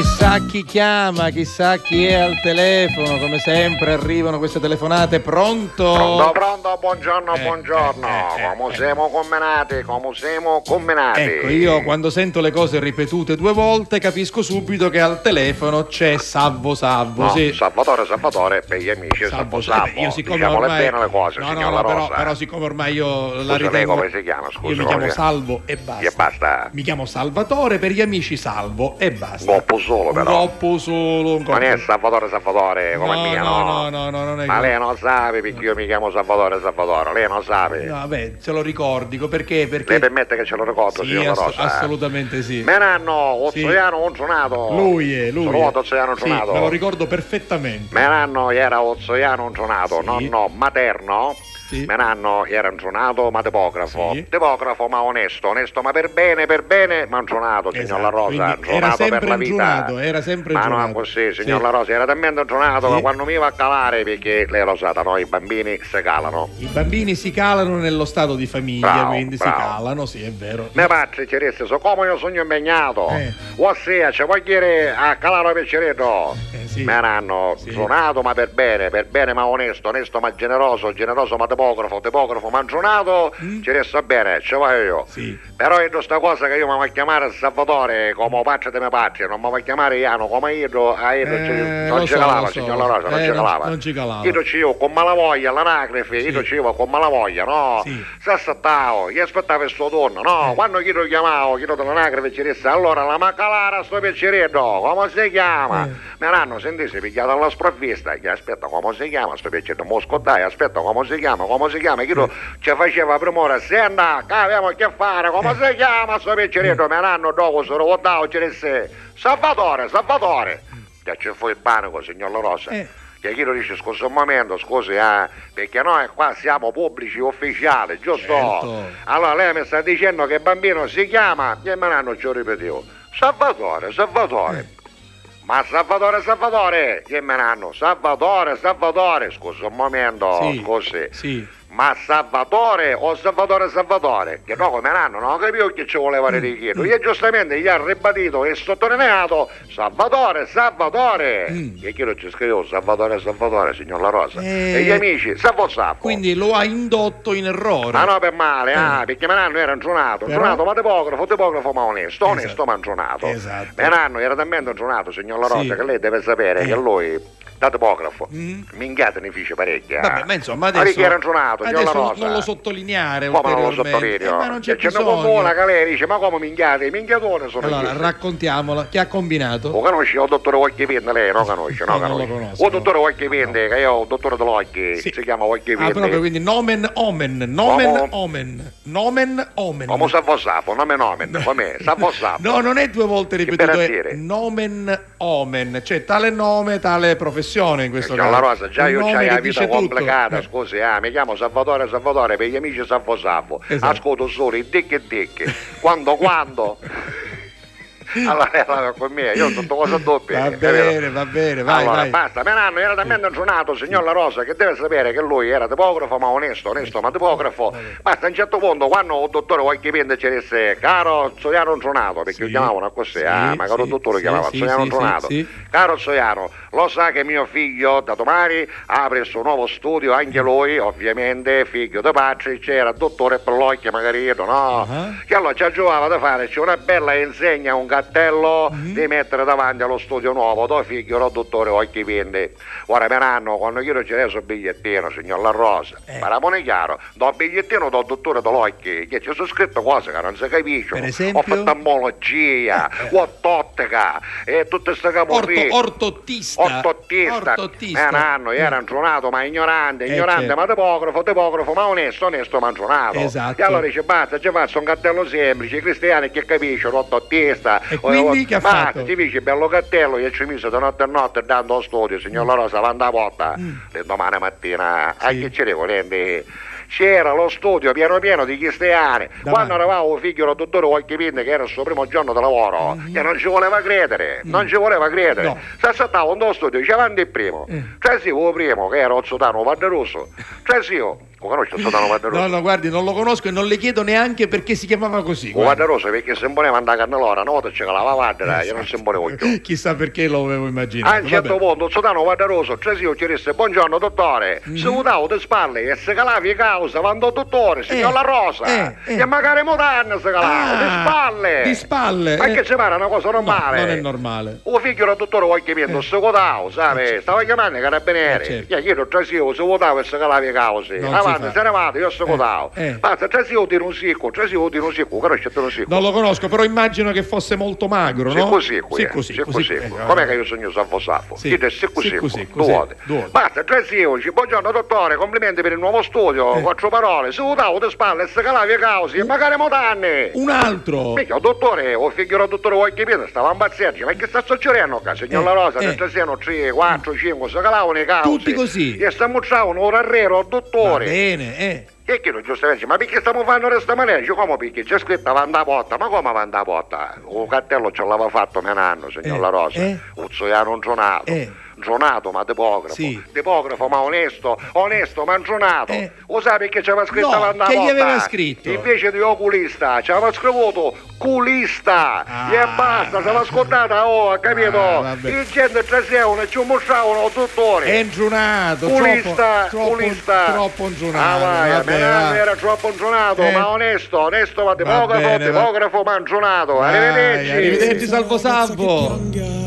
Chissà chi chiama, chissà chi è al telefono. Come sempre arrivano queste telefonate. Pronto? Pronto, buongiorno. Come siamo combinati? Ecco, io quando sento le cose ripetute 2 volte capisco subito che al telefono c'è Salvo. No, Sì. Salvatore, per gli amici, Salvo. Io siccome Diciamole ormai bene le cose, signor La Rosa. però siccome ormai io la Scusa, lei ritengo. come si chiama? Scusa, io mi chiamo Salvo e basta. E basta. Mi chiamo Salvatore, per gli amici Salvo e basta. Goppo solo, però. Troppo solo. Non è Salvatore come mia, no? No, non è. Ma lei non sa perché io mi chiamo Salvatore, lei non sa. No, vabbè, se lo ricordi, perché? Lei permette che ce lo ricordo, sì, signor La Rosa? assolutamente sì. Menanno, Ozzaiano Uncionato. Lui è. Sono Ozzaiano Uncionato. Sì, me lo ricordo perfettamente. Menanno era Ozzaiano Uncionato, Sì. nonno materno. Sì. Menanno era uncionato ma topografo. Sì. Topografo ma onesto ma per bene, ma uncionato, signor Esatto, La Rosa. quindi era sempre per la vita. era sempre Ma ingiunato. non così, signor Sì. La Rosa, era talmente uncionato Sì. che quando mi va a calare, perché lei lo sa, da noi i bambini si calano. I bambini si calano nello stato di famiglia, Bravo, quindi bravo. si calano, sì, è vero. Mio padre ci disse, so come io sono impegnato. Ossia, ci vuoi dire a calare per cereto. Sì. Menanno, Sì. suonato ma per bene ma onesto ma generoso ma topografo ma uncionato, ci resta bene, ci voglio io. Sì. Però è questa cosa che io mi voglio chiamare Salvatore come padre di mio padre, non mi voglio chiamare Iano come io, non ci calava, signor La Rosa, non ci calava. Non ci calava. Io ci io con malavoglia all'anagrafe, io ci io con malavoglia, no? Sì. S'aspettavo, gli aspettavo il suo turno, no? Quando io lo chiamavo, io dell'anagrafe ci disse, allora la macalara sto piaceretto, come si chiama? Mi hanno sentito, si è pigliato alla sprovvista, gli aspetta come si chiama sto piaceretto, moscottai, aspetta come si chiama, io ci faceva premura, senta, abbiamo a che fare, come si chiama sto piaceretto? Mi hanno dopo sono votato, ci disse, Salvatore, che ci fu il panico, signor La Rosa. Che chi lo dice scusa un momento, scusi, perché noi qua siamo pubblici ufficiali, giusto? Certo. Allora lei mi sta dicendo che il bambino si chiama, e me l'hanno ci ripetevo, Salvatore. Ma Salvatore, che me l'hanno? Salvatore, scusa un momento, Sì. scusi. Sì. Ma Salvatore o Salvatore? Che no, come l'hanno, non capivo che ci voleva richiedere. Io giustamente gli ha ribadito e sottolineato Salvatore. E chi lo ci scrivo Salvatore, signor La Rosa. E gli amici, Salvo. Quindi lo ha indotto in errore. Ma no, per male, perché Menanno era uncionato ma topografo ma onesto ma uncionato. Esatto. Menanno era talmente uncionato, signor La Rosa, Sì. che lei deve sapere che lui da topografo minchiate ne fece parecchie. Vabbè, ma insomma Ma adesso, che era uncionato, signor La Rosa. non lo sottolineare Come non lo ulteriormente. sottolineo? Ma non c'è C'è una bisogno. bombona che lei dice, ma come minchiate? I minchiatone sono Allora, questi. raccontiamola. Chi ha combinato? Lo conosci il dottore Occhipinde? Lei non conosce, No, non lo conosco. O dottore Occhipinde, che io ho il dottore dell'occhi, Sì. si chiama Occhipinde. Proprio, quindi nomen omen. Come Savosafo, nomen, com'è? Savosafo. No, non è 2 volte ripetuto, per è dire? nomen omen, cioè tale nome, tale professione in questo caso. La Rosa, già io Un c'hai nome la che vita dice tutto. complicata, scusi, mi chiamo Salvatore, per gli amici Savosafo. Esatto. Ascolto solo i dicche. Quando? Allora con me, io ho tutto cosa doppia. Va bene, vai, allora, vai. basta, Menanno era talmente aggiornato, signor La Rosa, che deve sapere che lui era topografo ma onesto ma topografo. Basta, a un certo punto, quando il dottore Occhipinde ci disse, caro Zoiano Uncionato, perché Sì. lo chiamavano così, Sì, ma caro sì, dottore lo sì, chiamava sì, Zoiano sì, Uncionato. sì. Caro Zoiano, lo sa che mio figlio da domani apre il suo nuovo studio, anche lui, ovviamente, figlio di padre, c'era il dottore Pellocchio Magarito, no? Che allora ci aggiungeva da farci una bella insegna, un cartello di mettere davanti allo studio nuovo, tuo figlio, lo dottore Occhipinde. Ora Menanno, quando io ci reso il bigliettino, signor La Rosa, ma la pone chiaro, do bigliettino do dottore dell'occhio, che ci sono scritto cose che non si capiscono. Per esempio? Oftalmologia, ottica, e tutte queste capo qui. Ortottista. Menanno, era uncionato ma ignorante, certo. ma topografo ma onesto ma uncionato. Esatto. E allora dice basta, ci faccio un cartello semplice, i cristiani che capiscono, ortottista. E quindi che ha fatto? Ti dice bello cartello, io ci mise da notte a notte dando studio, signor La Rosa, avanti a porta. E domani mattina, anche ci rivolente, c'era lo studio pieno di cristiani. Quando eravamo figlio del dottore Occhipinde, che era il suo primo giorno di lavoro, che non ci voleva credere, No. Si aspettava un studio, diceva avanti il primo. Cioè sì, il primo, che era Ozzotano Vanderusso. Cioè sì, Conosci Sodano Guardarosa? No, guardi, non lo conosco e non le chiedo neanche perché si chiamava così. Guardarosa perché se imponeva andare a cannellora, una volta c'è la lavandera, io non si imponevo più. Chissà perché lo avevo immaginato. A un certo punto, Sodano Guardarosa, Tresio ci disse, buongiorno dottore, se udavo di spalle e se calavi causa, quando dottore, signor La Rosa, e magari modanne se calavo, di spalle. Di spalle? Ma che ci pare una cosa normale? No, non è normale. O figlio del dottore vuoi chiamare, se udavo, sai, stava chiamando i carabinieri. Certo. Io chiedo Tresio, se udavo e se calavi cause. Avanti, se ne vado, io se udavo. Basta, Tresio di un sicco, conosci un sicco? Non lo conosco, però immagino che fosse molto magro, no? Così. Com'è che io sogno saffo? Sì. Sì, due. Basta, Tresio, buongiorno dottore, complimenti per il nuovo studio, 4 parole, se udavo di spalle e se calavi causi e magari modanne. Un altro. Mica, dottore, o figlio del dottore vuoi capire, stava a impazzirci, ma che sta succedendo qua, signor La Rosa, nel Tresino 3, 4, 5, se calavano i causi. Tutti così. E stiamo ora al dottore. Va bene, E che non giustamente, ma perché stiamo facendo questa maniera? Dice, come perché? C'è scritto avanti a porta, ma come avanti a porta? Un cartello ce l'aveva fatto mio nonno, signor La Rosa, un zoiano gionato, ma tipografo. Sì. Tipografo, ma onesto ma gionato. Lo sai perché c'aveva scritto No, avanti a che porta? gli aveva scritto? Invece di oculista, c'aveva scritto culista. E basta, se l'ha ascoltata, capito? vabbè. Il gente trasevano, ci mostravano dottore. È ingionato. Culista. Troppo ingionato. Vabbè, era troppo ingionato, ma onesto, ma tipografo, ma ingionato. Arrivederci. Arrivederci, salvo.